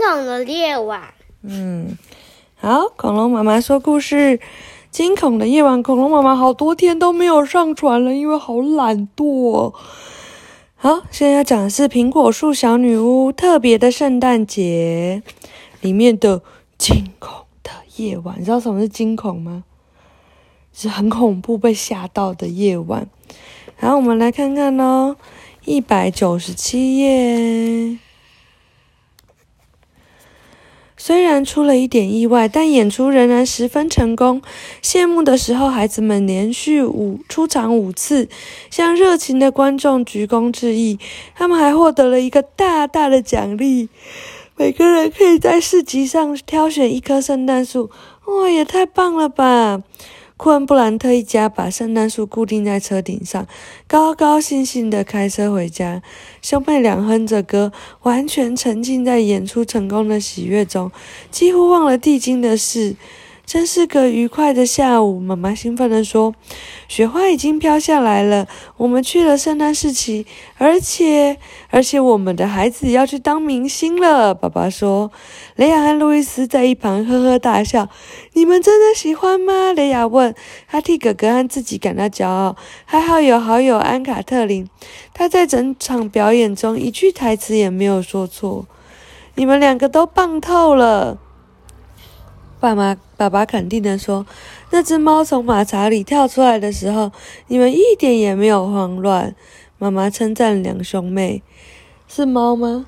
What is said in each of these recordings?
恐的夜晚。 好，恐龙妈妈说故事。惊恐的夜晚，恐龙妈妈好多天都没有上传了，因为好懒惰哦。好，现在要讲的是苹果树小女巫特别的圣诞节里面的惊恐的夜晚。你知道什么是惊恐吗？是很恐怖被吓到的夜晚。好，我们来看看咯，197页。虽然出了一点意外，但演出仍然十分成功。谢幕的时候，孩子们连续出场5次，向热情的观众鞠躬致意。他们还获得了一个大大的奖励，每个人可以在市集上挑选一棵圣诞树。哇，也太棒了吧！库恩布兰特一家把圣诞树固定在车顶上，高高兴兴地开车回家。兄妹俩哼着歌，完全沉浸在演出成功的喜悦中，几乎忘了地精的事。真是个愉快的下午，妈妈兴奋地说。雪花已经飘下来了，我们去了圣诞市集，而且我们的孩子要去当明星了，爸爸说。雷亚和路易斯在一旁呵呵大笑。你们真的喜欢吗？雷亚问。他替哥哥和自己感到骄傲，还好有好友安卡特琳，他在整场表演中一句台词也没有说错。你们2个都棒透了，爸爸肯定地说。那只猫从马槽里跳出来的时候，你们一点也没有慌乱。妈妈称赞2兄妹。是猫吗？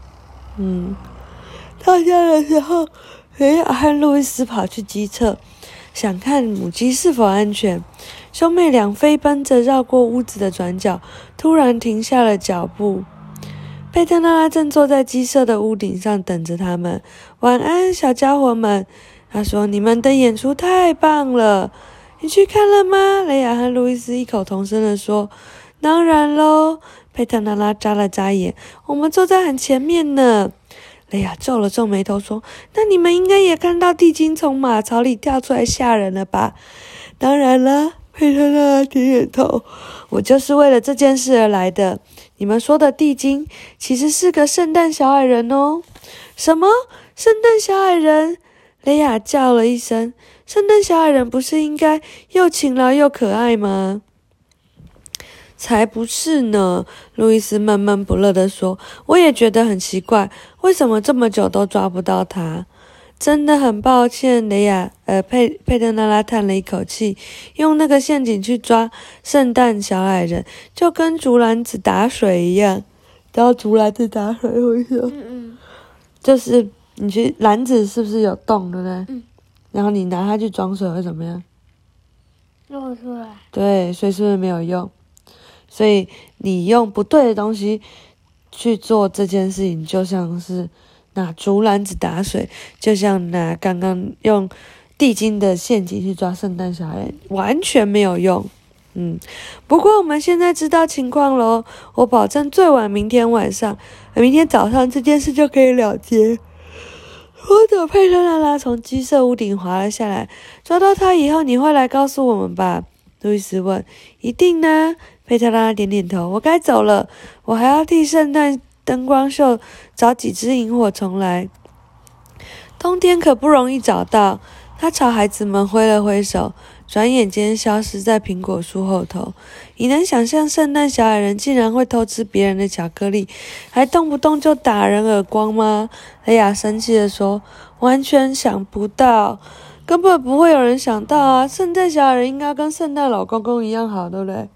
到家的时候，雷亚和路易斯跑去鸡舍，想看母鸡是否安全。兄妹俩飞奔着绕过屋子的转角，突然停下了脚步。佩特拉拉正坐在鸡舍的屋顶上等着他们。晚安，小家伙们。他说：“你们的演出太棒了，你去看了吗？”雷亚和路易斯异口同声地说：“当然咯。”佩特拉拉眨了眨眼：“我们坐在很前面呢。”雷亚皱了皱眉头说：“那你们应该也看到地精从马槽里跳出来吓人了吧？”“当然了。”佩特拉拉点点头：“我就是为了这件事而来的。你们说的地精其实是个圣诞小矮人哦。”“什么？圣诞小矮人？”雷亚叫了一声。“圣诞小矮人不是应该又勤劳又可爱吗？”“才不是呢。”路易斯闷闷不乐地说。“我也觉得很奇怪，为什么这么久都抓不到他？”“真的很抱歉。”佩特拉拉叹了一口气，“用那个陷阱去抓圣诞小矮人，就跟竹篮子打水一样。”“知道竹篮子打水会说？”“就是你去篮子是不是有洞，对不对？然后你拿它去装水会怎么样？ 露出来。 对，所以是不是没有用？所以你用不对的东西去做这件事情，就像是拿竹篮子打水，就像拿刚刚用地精的陷阱去抓圣诞小孩，完全没有用。不过我们现在知道情况咯，我保证最晚明天早上这件事就可以了结。”我的佩特拉拉从鸡舍屋顶滑了下来。“抓到他以后，你会来告诉我们吧？”路易斯问。“一定呢。”佩特拉拉点点头。“我该走了，我还要替圣诞灯光秀找几只萤火虫来。冬天可不容易找到。”他朝孩子们挥了挥手，转眼间消失在苹果树后头。你能想象圣诞小矮人竟然会偷吃别人的巧克力，还动不动就打人耳光吗？雷亚生气地说。“完全想不到，根本不会有人想到啊！圣诞小矮人应该跟圣诞老公公一样好，对不对？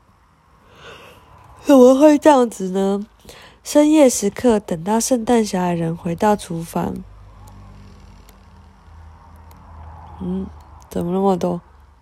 怎么会这样子呢？”深夜时刻，等到圣诞小矮人回到厨房。怎么那么多？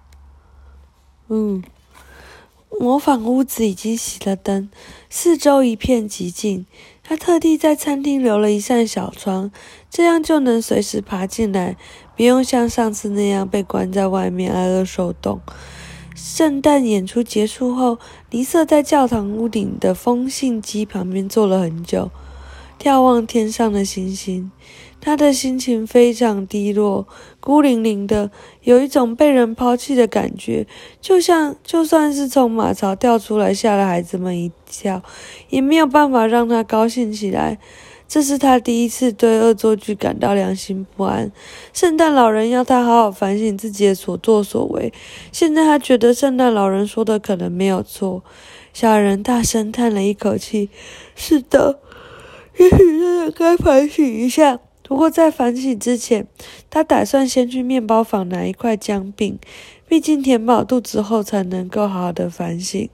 模仿屋子已经熄了灯，四周一片寂静。他特地在餐厅留了一扇小窗，这样就能随时爬进来，不用像上次那样被关在外面挨饿受冻。圣诞演出结束后，尼瑟在教堂屋顶的风信机旁边坐了很久，眺望天上的星星。他的心情非常低落，孤零零的，有一种被人抛弃的感觉，就算是从马槽掉出来吓了孩子们一跳，也没有办法让他高兴起来。 这是他第一次对恶作剧感到良心不安。圣诞老人要他好好反省自己的所作所为，现在他觉得圣诞老人说的可能没有错。小矮人大声叹了一口气，是的，也许真的该反省一下。不过在反省之前，他打算先去面包房拿一块姜饼，毕竟填饱肚子后才能够好好的反省。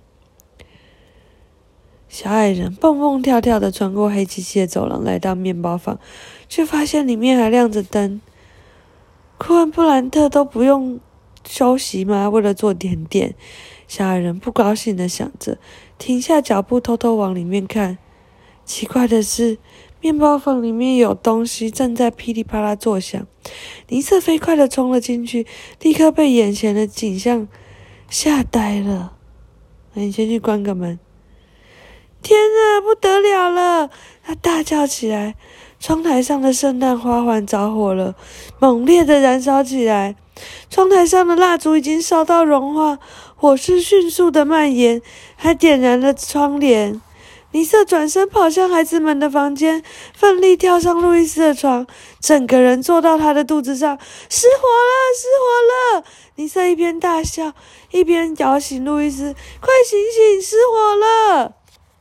小矮人蹦蹦跳跳的穿过黑漆漆的走廊，来到面包房，却发现里面还亮着灯。库恩布兰特都不用休息吗？为了做甜点，小矮人不高兴的想着，停下脚步偷偷往里面看。奇怪的是，面包房里面有东西正在噼里啪啦作响。尼瑟飞快的冲了进去，立刻被眼前的景象吓呆了。你先去关个门。天啊，不得了了！他大叫起来。窗台上的圣诞花环着火了，猛烈的燃烧起来。窗台上的蜡烛已经烧到融化，火势迅速的蔓延，还点燃了窗帘。尼瑟转身跑向孩子们的房间，奋力跳上路易斯的床，整个人坐到他的肚子上。失火了，失火了！尼瑟一边大笑，一边摇醒路易斯：“快醒醒，失火了！”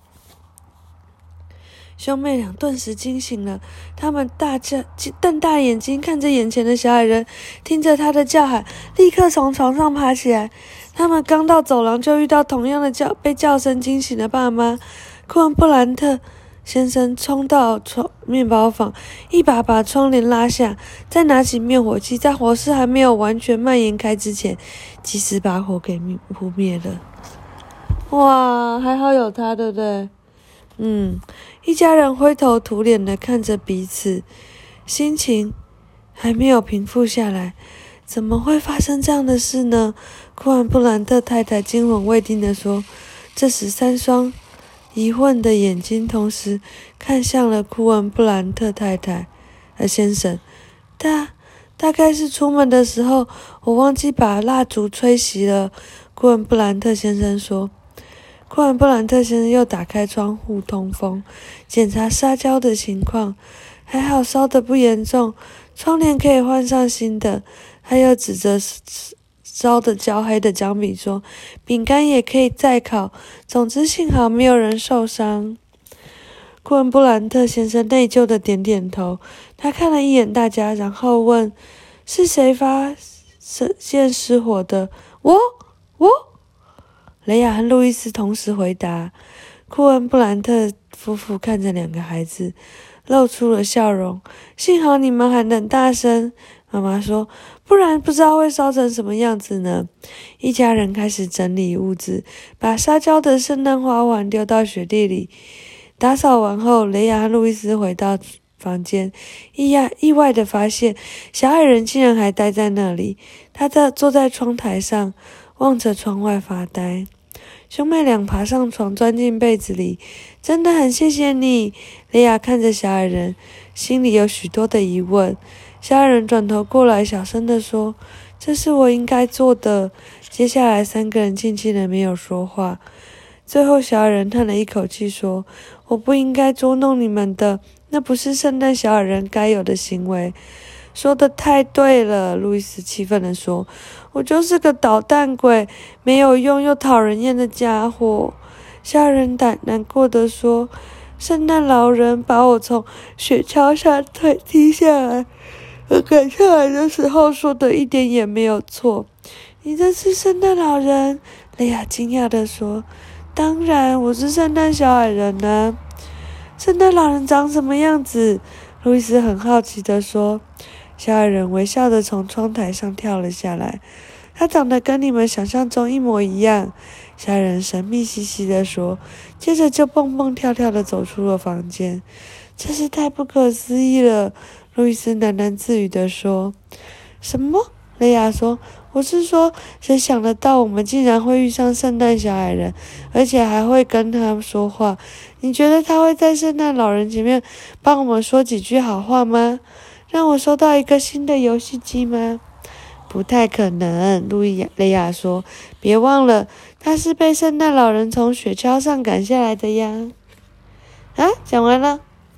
兄妹俩顿时惊醒了，他们瞪大眼睛看着眼前的小矮人，听着他的叫喊，立刻从床上爬起来。他们刚到走廊，就遇到同样的被叫声惊醒的爸妈。库恩布兰特先生冲到面包房，一把把窗帘拉下，再拿起灭火器，在火势还没有完全蔓延开之前，及时把火给扑灭了。哇，还好有他，对不对？一家人灰头土脸的看着彼此，心情还没有平复下来。怎么会发生这样的事呢？库恩布兰特太太惊魂未定的说。这时三双疑惑的眼睛同时看向了库恩布兰特太太先生。大概是出门的时候，我忘记把蜡烛吹熄了，库恩布兰特先生说。库恩布兰特先生又打开窗户通风，检查烧焦的情况，还好烧得不严重，窗帘可以换上新的。他又指着烧得焦黑的姜饼说，饼干也可以再烤，总之幸好没有人受伤。库恩布兰特先生内疚的点点头，他看了一眼大家，然后问，是谁发现失火的？我。雷亚和路易斯同时回答。库恩布兰特夫妇看着两个孩子，露出了笑容。幸好你们还能大声，妈妈说，不然不知道会烧成什么样子呢。一家人开始整理屋子，把烧焦的圣诞花环丢到雪地里。打扫完后，雷亚和路易斯回到房间，意外的发现小矮人竟然还待在那里。他坐在窗台上，望着窗外发呆。兄妹俩爬上床，钻进被子里。真的很谢谢你，雷亚看着小矮人，心里有许多的疑问。小矮人转头过来，小声地说，这是我应该做的。接下来三个人静静的没有说话。最后小矮人叹了一口气说，我不应该捉弄你们的，那不是圣诞小矮人该有的行为。说得太对了，路易斯气愤地说，我就是个捣蛋鬼，没有用又讨人厌的家伙。小矮人难过地说，圣诞老人把我从雪橇上踢下来，我赶下来的时候说的一点也没有错。你这是圣诞老人？雷亚惊讶地说，当然，我是圣诞小矮人啊。圣诞老人长什么样子？路易斯很好奇地说。小矮人微笑着从窗台上跳了下来，他长得跟你们想象中一模一样。小矮人神秘兮兮地说，接着就蹦蹦跳跳地走出了房间。真是太不可思议了，路易斯喃喃自语地说。什么？雷亚说，我是说，谁想得到我们竟然会遇上圣诞小矮人，而且还会跟他说话？你觉得他会在圣诞老人前面帮我们说几句好话吗？让我收到一个新的游戏机吗？不太可能，雷亚说，别忘了，他是被圣诞老人从雪橇上赶下来的呀。讲完了。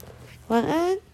晚安。